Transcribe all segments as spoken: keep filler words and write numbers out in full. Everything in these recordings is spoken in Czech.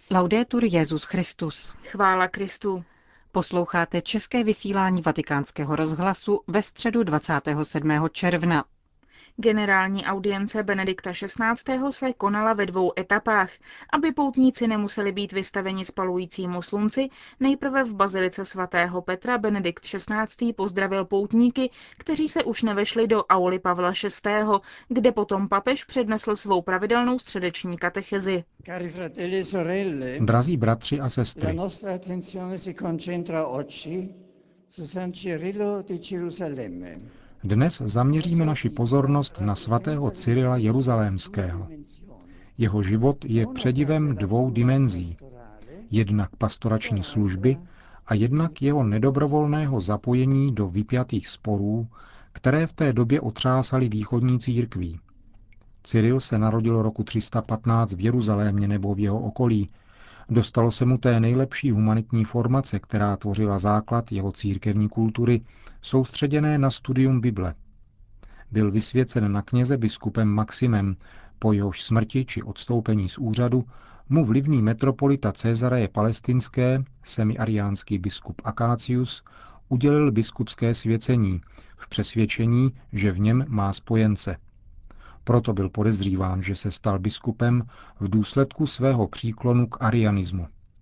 Laudetur Jesus Christus. Chvála Kristu. Posloucháte české vysílání Vatikánského rozhlasu ve středu dvacátého sedmého června. Generální audience Benedikta šestnáctého. se konala ve dvou etapách, aby poutníci nemuseli být vystaveni spalujícímu slunci. Nejprve v bazilice svatého Petra Benedikt šestnáctý. pozdravil poutníky, kteří se už nevešli do auly Pavla šestého., kde potom papež přednesl svou pravidelnou středeční katechezi. Drazí bratři a sestry, dnes zaměříme naši pozornost na svatého Cyrila Jeruzalémského. Jeho život je předivem dvou dimenzí. Jednak pastorační služby a jednak jeho nedobrovolného zapojení do vypjatých sporů, které v té době otřásaly východní církví. Cyril se narodil roku tři sta patnáct v Jeruzalémě nebo v jeho okolí. Dostalo se mu té nejlepší humanitní formace, která tvořila základ jeho církevní kultury, soustředěné na studium Bible. Byl vysvěcen na kněze biskupem Maximem, po jehož smrti či odstoupení z úřadu mu vlivný metropolita Cézareje palestinské, semiariánský biskup Akácius, udělil biskupské svěcení v přesvědčení, že v něm má spojence. Proto byl podezříván, že se stal biskupem v důsledku svého příklonu k arianismu.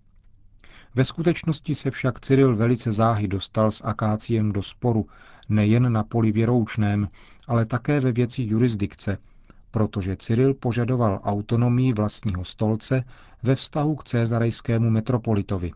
Ve skutečnosti se však Cyril velice záhy dostal s Akáciem do sporu nejen na poli věroučném, ale také ve věci jurisdikce, protože Cyril požadoval autonomii vlastního stolce ve vztahu k cézarejskému metropolitovi.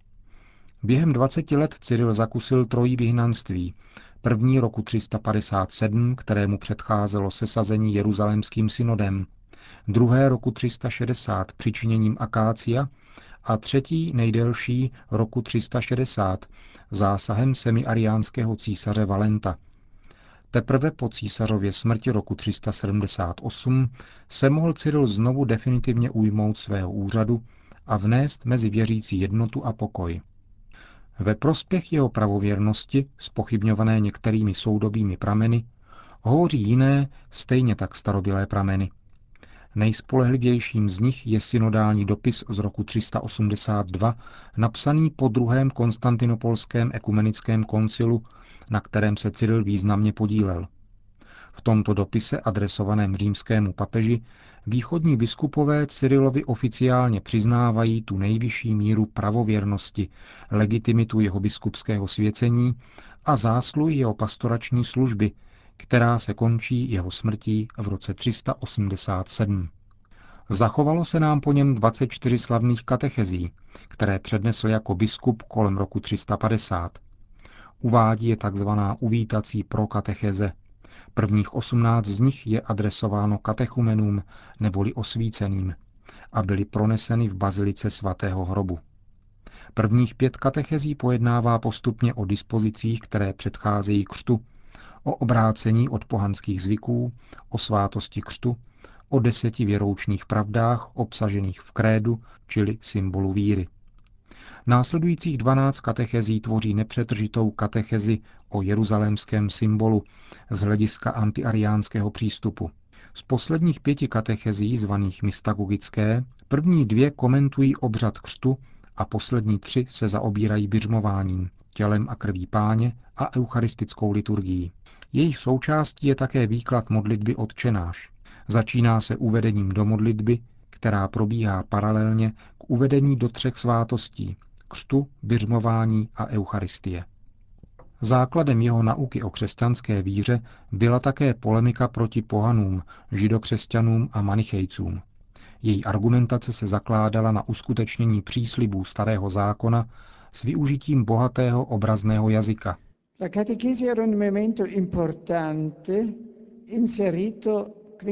Během dvaceti let Cyril zakusil trojí vyhnanství. První roku tři sta padesát sedm, kterému předcházelo sesazení jeruzalémským synodem, druhé roku tři sta šedesát přičiněním Akácia a třetí nejdelší roku tři sta šedesát zásahem semiariánského císaře Valenta. Teprve po císařově smrti roku tři sta sedmdesát osm se mohl Cyril znovu definitivně ujmout svého úřadu a vnést mezi věřící jednotu a pokoj. Ve prospěch jeho pravověrnosti, zpochybňované některými soudobými prameny, hovoří jiné, stejně tak starobylé prameny. Nejspolehlivějším z nich je synodální dopis z roku tři sta osmdesát dva, napsaný po druhém konstantinopolském ekumenickém koncilu, na kterém se Cyril významně podílel. V tomto dopise adresovaném římskému papeži východní biskupové Cyrilovi oficiálně přiznávají tu nejvyšší míru pravověrnosti, legitimitu jeho biskupského svěcení a zásluhy jeho pastorační služby, která se končí jeho smrtí v roce tři sta osmdesát sedm. Zachovalo se nám po něm dvacet čtyři slavných katechezí, které přednesl jako biskup kolem roku tři sta padesát. Uvádí je tzv. Uvítací prokatecheze. Prvních osmnáct z nich je adresováno katechumenům neboli osvíceným a byly proneseny v bazilice svatého hrobu. Prvních pět katechezí pojednává postupně o dispozicích, které předcházejí křtu, o obrácení od pohanských zvyků, o svátosti křtu, o deseti věroučných pravdách obsažených v krédu, čili symbolu víry. Následujících dvanáct katechezí tvoří nepřetržitou katechezi o jeruzalémském symbolu z hlediska antiariánského přístupu. Z posledních pěti katechezí, zvaných mystagogické, první dvě komentují obřad křtu a poslední tři se zaobírají biřmováním, tělem a krví Páně a eucharistickou liturgií. Jejich součástí je také výklad modlitby Otčenáš. Začíná se uvedením do modlitby, která probíhá paralelně k uvedení do třech svátostí – křtu, biřmování a eucharistie. Základem jeho nauky o křesťanské víře byla také polemika proti pohanům, židokřesťanům a manichejcům. Její argumentace se zakládala na uskutečnění příslibů Starého zákona s využitím bohatého obrazného jazyka. La catechesi era un momento importante inserito.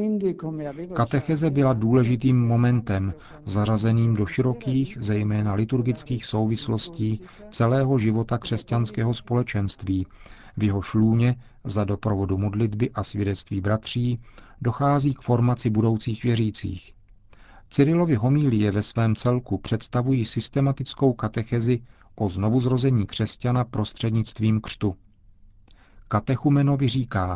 Katecheze byla důležitým momentem, zařazeným do širokých, zejména liturgických souvislostí celého života křesťanského společenství. V jeho šlůně za doprovodu modlitby a svědectví bratří dochází k formaci budoucích věřících. Cyrilovy homilie ve svém celku představují systematickou katechezi o znovuzrození křesťana prostřednictvím křtu. Katechumenovi říká: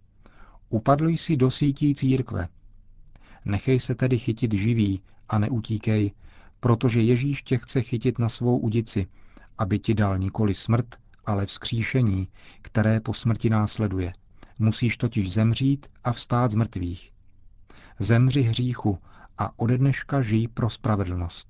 Upadl jsi do sítí církve. Nechej se tedy chytit živý a neutíkej, protože Ježíš tě chce chytit na svou udici, aby ti dal nikoli smrt, ale vzkříšení, které po smrti následuje. Musíš totiž zemřít a vstát z mrtvých. Zemři hříchu a ode dneška žij pro spravedlnost.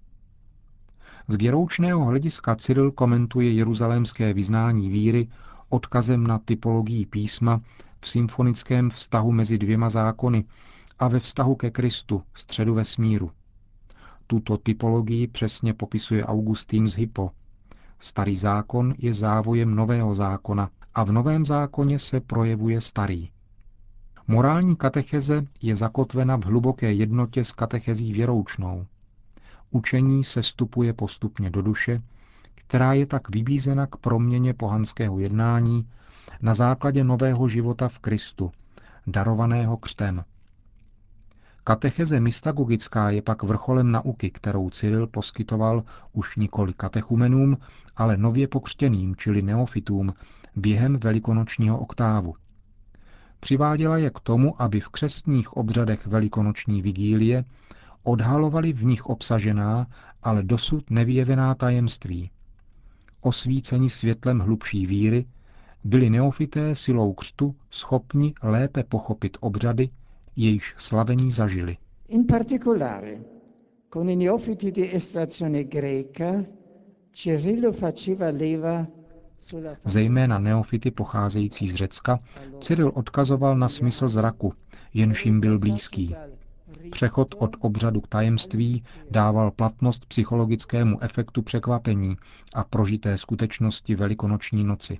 Z věroučného hlediska Cyril komentuje jeruzalémské vyznání víry odkazem na typologii písma v symfonickém vztahu mezi dvěma zákony a ve vztahu ke Kristu, středu vesmíru. Tuto typologii přesně popisuje Augustín z Hippo. Starý zákon je závojem nového zákona a v novém zákoně se projevuje starý. Morální katecheze je zakotvena v hluboké jednotě s katechezí věroučnou. Učení se stupuje postupně do duše, která je tak vybízena k proměně pohanského jednání na základě nového života v Kristu, darovaného křtem. Katecheze mystagogická je pak vrcholem nauky, kterou Cyril poskytoval už nikoli katechumenům, ale nově pokřtěným, čili neofitům, během velikonočního oktávu. Přiváděla je k tomu, aby v křestních obřadech velikonoční vigílie odhalovali v nich obsažená, ale dosud nevyjevená tajemství. Osvíceni světlem hlubší víry, byli neofité silou křtu schopni lépe pochopit obřady, jejichž slavení zažili. In particolare, con i neofiti di estrazione greca, Cirillo faceva leva sulla... Zejména neofity pocházející z Řecka Cyril odkazoval na smysl zraku, jenž jim byl blízký. Přechod od obřadu k tajemství dával platnost psychologickému efektu překvapení a prožité skutečnosti velikonoční noci.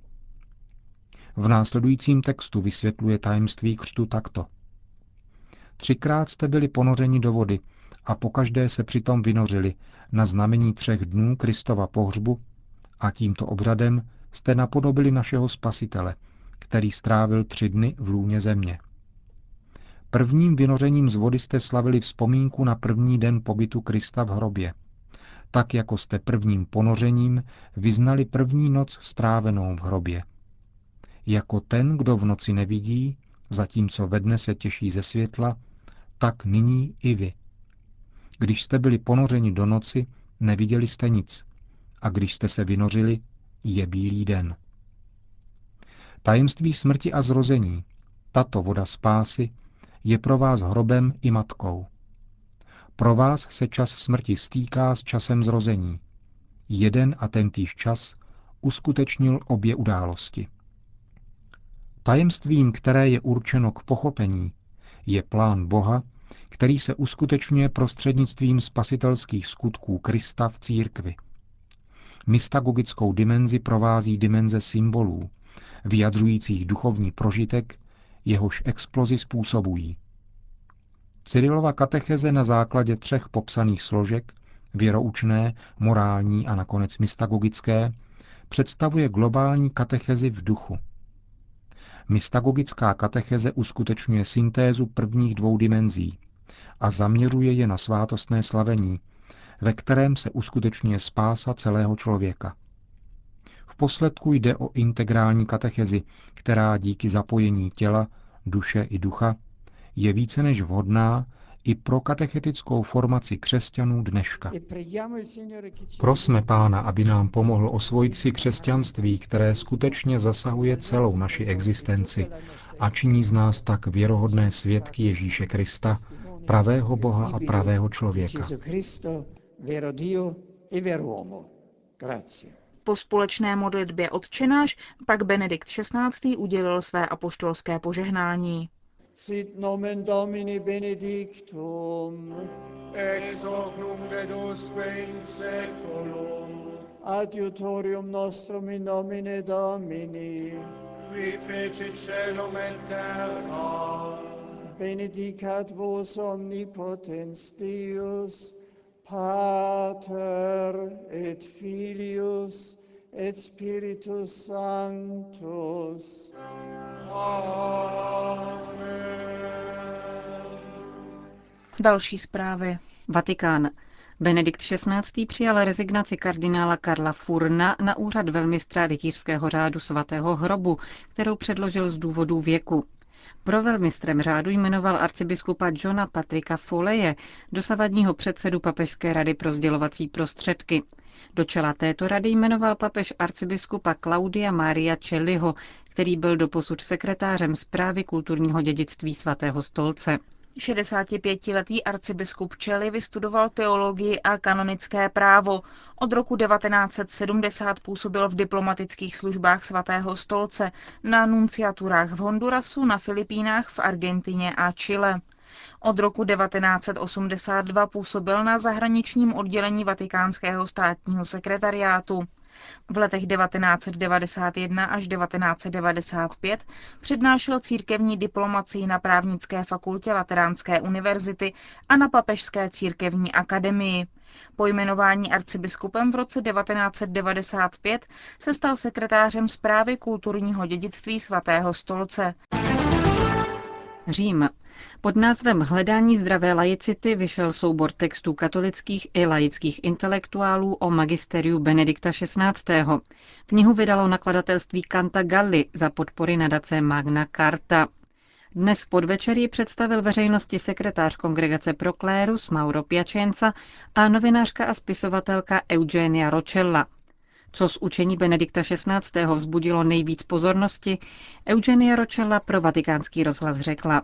V následujícím textu vysvětluje tajemství křtu takto. Třikrát jste byli ponořeni do vody a pokaždé se přitom vynořili na znamení třech dnů Kristova pohřbu a tímto obřadem jste napodobili našeho Spasitele, který strávil tři dny v lůně země. Prvním vynořením z vody jste slavili vzpomínku na první den pobytu Krista v hrobě, tak jako jste prvním ponořením vyznali první noc strávenou v hrobě. Jako ten, kdo v noci nevidí, zatímco ve dne se těší ze světla, tak nyní i vy. Když jste byli ponořeni do noci, neviděli jste nic, a když jste se vynořili, je bílý den. Tajemství smrti a zrození, tato voda spásy, je pro vás hrobem i matkou. Pro vás se čas smrti stýká s časem zrození. Jeden a tentýž čas uskutečnil obě události. Tajemstvím, které je určeno k pochopení, je plán Boha, který se uskutečňuje prostřednictvím spasitelských skutků Krista v církvi. Mystagogickou dimenzi provází dimenze symbolů, vyjadřujících duchovní prožitek, jehož explozi způsobují. Cyrilova katecheze na základě třech popsaných složek, věroučné, morální a nakonec mystagogické, představuje globální katechezi v duchu. Mystagogická katecheze uskutečňuje syntézu prvních dvou dimenzí a zaměřuje je na svátostné slavení, ve kterém se uskutečňuje spása celého člověka. V posledku jde o integrální katechezi, která díky zapojení těla, duše i ducha je více než vhodná i pro katechetickou formaci křesťanů dneška. Prosme Pána, aby nám pomohl osvojit si křesťanství, které skutečně zasahuje celou naši existenci a činí z nás tak věrohodné svědky Ježíše Krista, pravého Boha a pravého člověka. Po společné modlitbě Otčenáš pak Benedikt šestnáctý udělil své apoštolské požehnání. Sit nomen Domini benedictum, ex hoc nunc et usque in seculum, adiutorium nostrum in nomine Domini, qui fecit caelum et terra, benedicat vos omnipotens Deus, Pater et Filius et Spiritus Sanctus. Amen. Další zprávy. Vatikán. Benedikt šestnáctý přijal rezignaci kardinála Karla Furna na úřad velmistra rytířského řádu svatého hrobu, kterou předložil z důvodu věku. Provelmistrem řádu jmenoval arcibiskupa Johna Patricka Foleye, dosavadního předsedu Papežské rady pro sdělovací prostředky. Do čela této rady jmenoval papež arcibiskupa Claudia Maria Celliho, který byl doposud sekretářem správy kulturního dědictví Svatého stolce. šedesátipětiletý arcibiskup Celli vystudoval teologii a kanonické právo. Od roku devatenáct set sedmdesát působil v diplomatických službách Svatého stolce, na nunciaturách v Hondurasu, na Filipínách, v Argentině a Chile. Od roku devatenáct set osmdesát dva působil na zahraničním oddělení Vatikánského státního sekretariátu. V letech devatenáct set devadesát jedna až devatenáct set devadesát pět přednášel církevní diplomacii na právnické fakultě Lateránské univerzity a na Papežské církevní akademii. Po jmenování arcibiskupem v roce devatenáct set devadesát pět se stal sekretářem správy kulturního dědictví Svatého stolce. Řím. Pod názvem Hledání zdravé laicity vyšel soubor textů katolických i laických intelektuálů o magisteriu Benedikta šestnáctého. Knihu vydalo nakladatelství Cantagalli za podpory nadace Magna Carta. Dnes v podvečer ji představil veřejnosti sekretář Kongregace pro klérus Mauro Piacenza a novinářka a spisovatelka Eugenia Roccella. Co z učení Benedikta šestnáctého vzbudilo nejvíc pozornosti, Eugenia Roccella pro Vatikánský rozhlas řekla.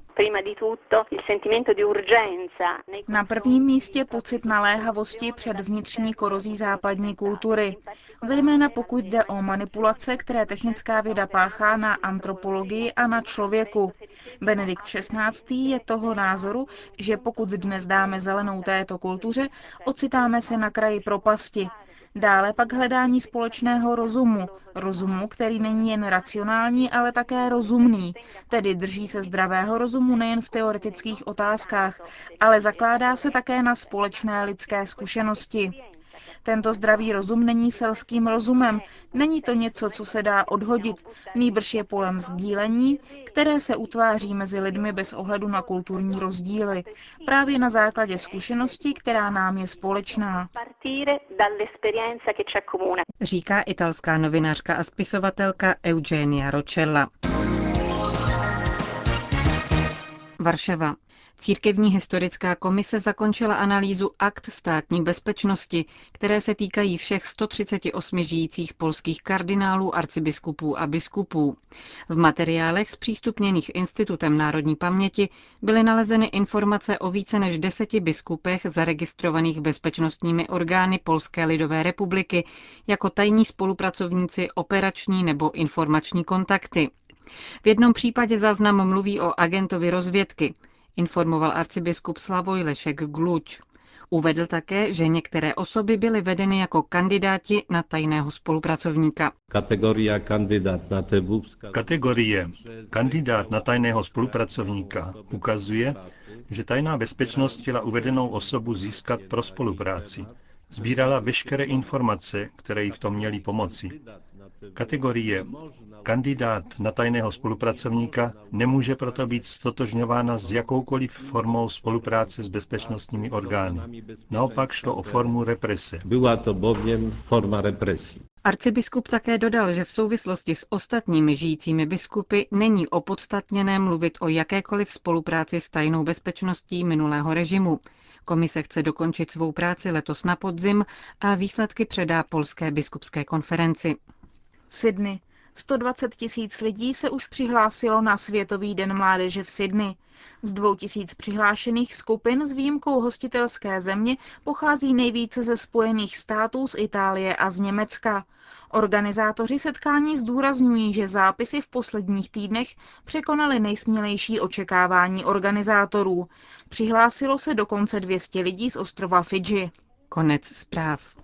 Na prvním místě pocit naléhavosti před vnitřní korozí západní kultury, zejména pokud jde o manipulace, které technická věda páchá na antropologii a na člověku. Benedikt šestnáctý je toho názoru, že pokud dnes dáme zelenou této kultuře, ocitáme se na kraji propasti. Dále pak hledání společného rozumu, rozumu, který není jen racionální, ale také rozumný, tedy drží se zdravého rozumu nejen v teoretických otázkách, ale zakládá se také na společné lidské zkušenosti. Tento zdravý rozum není selským rozumem, není to něco, co se dá odhodit, nýbrž je polem sdílení, které se utváří mezi lidmi bez ohledu na kulturní rozdíly, právě na základě zkušenosti, která nám je společná. Říká italská novinářka a spisovatelka Eugenia Roccella. Varšava. Církevní historická komise zakončila analýzu akt státní bezpečnosti, které se týkají všech sto třicet osm žijících polských kardinálů, arcibiskupů a biskupů. V materiálech zpřístupněných Institutem národní paměti byly nalezeny informace o více než deseti biskupech zaregistrovaných bezpečnostními orgány Polské lidové republiky jako tajní spolupracovníci, operační nebo informační kontakty. V jednom případě záznam mluví o agentovi rozvědky, informoval arcibiskup Slavoj Lešek Gluč. Uvedl také, že některé osoby byly vedeny jako kandidáti na tajného spolupracovníka. Kategorie kandidát na tebu. Kategorie kandidát na tajného spolupracovníka ukazuje, že tajná bezpečnost chtěla uvedenou osobu získat pro spolupráci. Sbírala veškeré informace, které jí v tom měly pomoci. Kategorie kandidát na tajného spolupracovníka nemůže proto být stotožňována s jakoukoliv formou spolupráce s bezpečnostními orgány. Naopak šlo o formu represe. Byla to bowiem forma represí. Arcibiskup také dodal, že v souvislosti s ostatními žijícími biskupy není opodstatněné mluvit o jakékoliv spolupráci s tajnou bezpečností minulého režimu. Komise chce dokončit svou práci letos na podzim a výsledky předá Polské biskupské konferenci. Sydney. sto dvacet tisíc lidí se už přihlásilo na Světový den mládeže v Sydney. Z dvou tisíc přihlášených skupin s výjimkou hostitelské země pochází nejvíce ze Spojených států, z Itálie a z Německa. Organizátoři setkání zdůrazňují, že zápisy v posledních týdnech překonaly nejsmělejší očekávání organizátorů. Přihlásilo se dokonce dvě stě lidí z ostrova Fidži. Konec zpráv.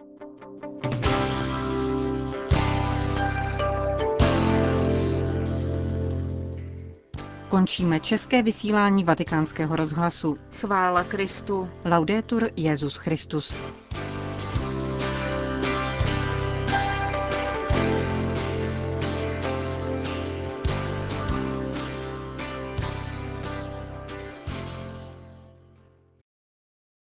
Končíme české vysílání Vatikánského rozhlasu. Chvála Kristu. Laudetur Jesus Christus.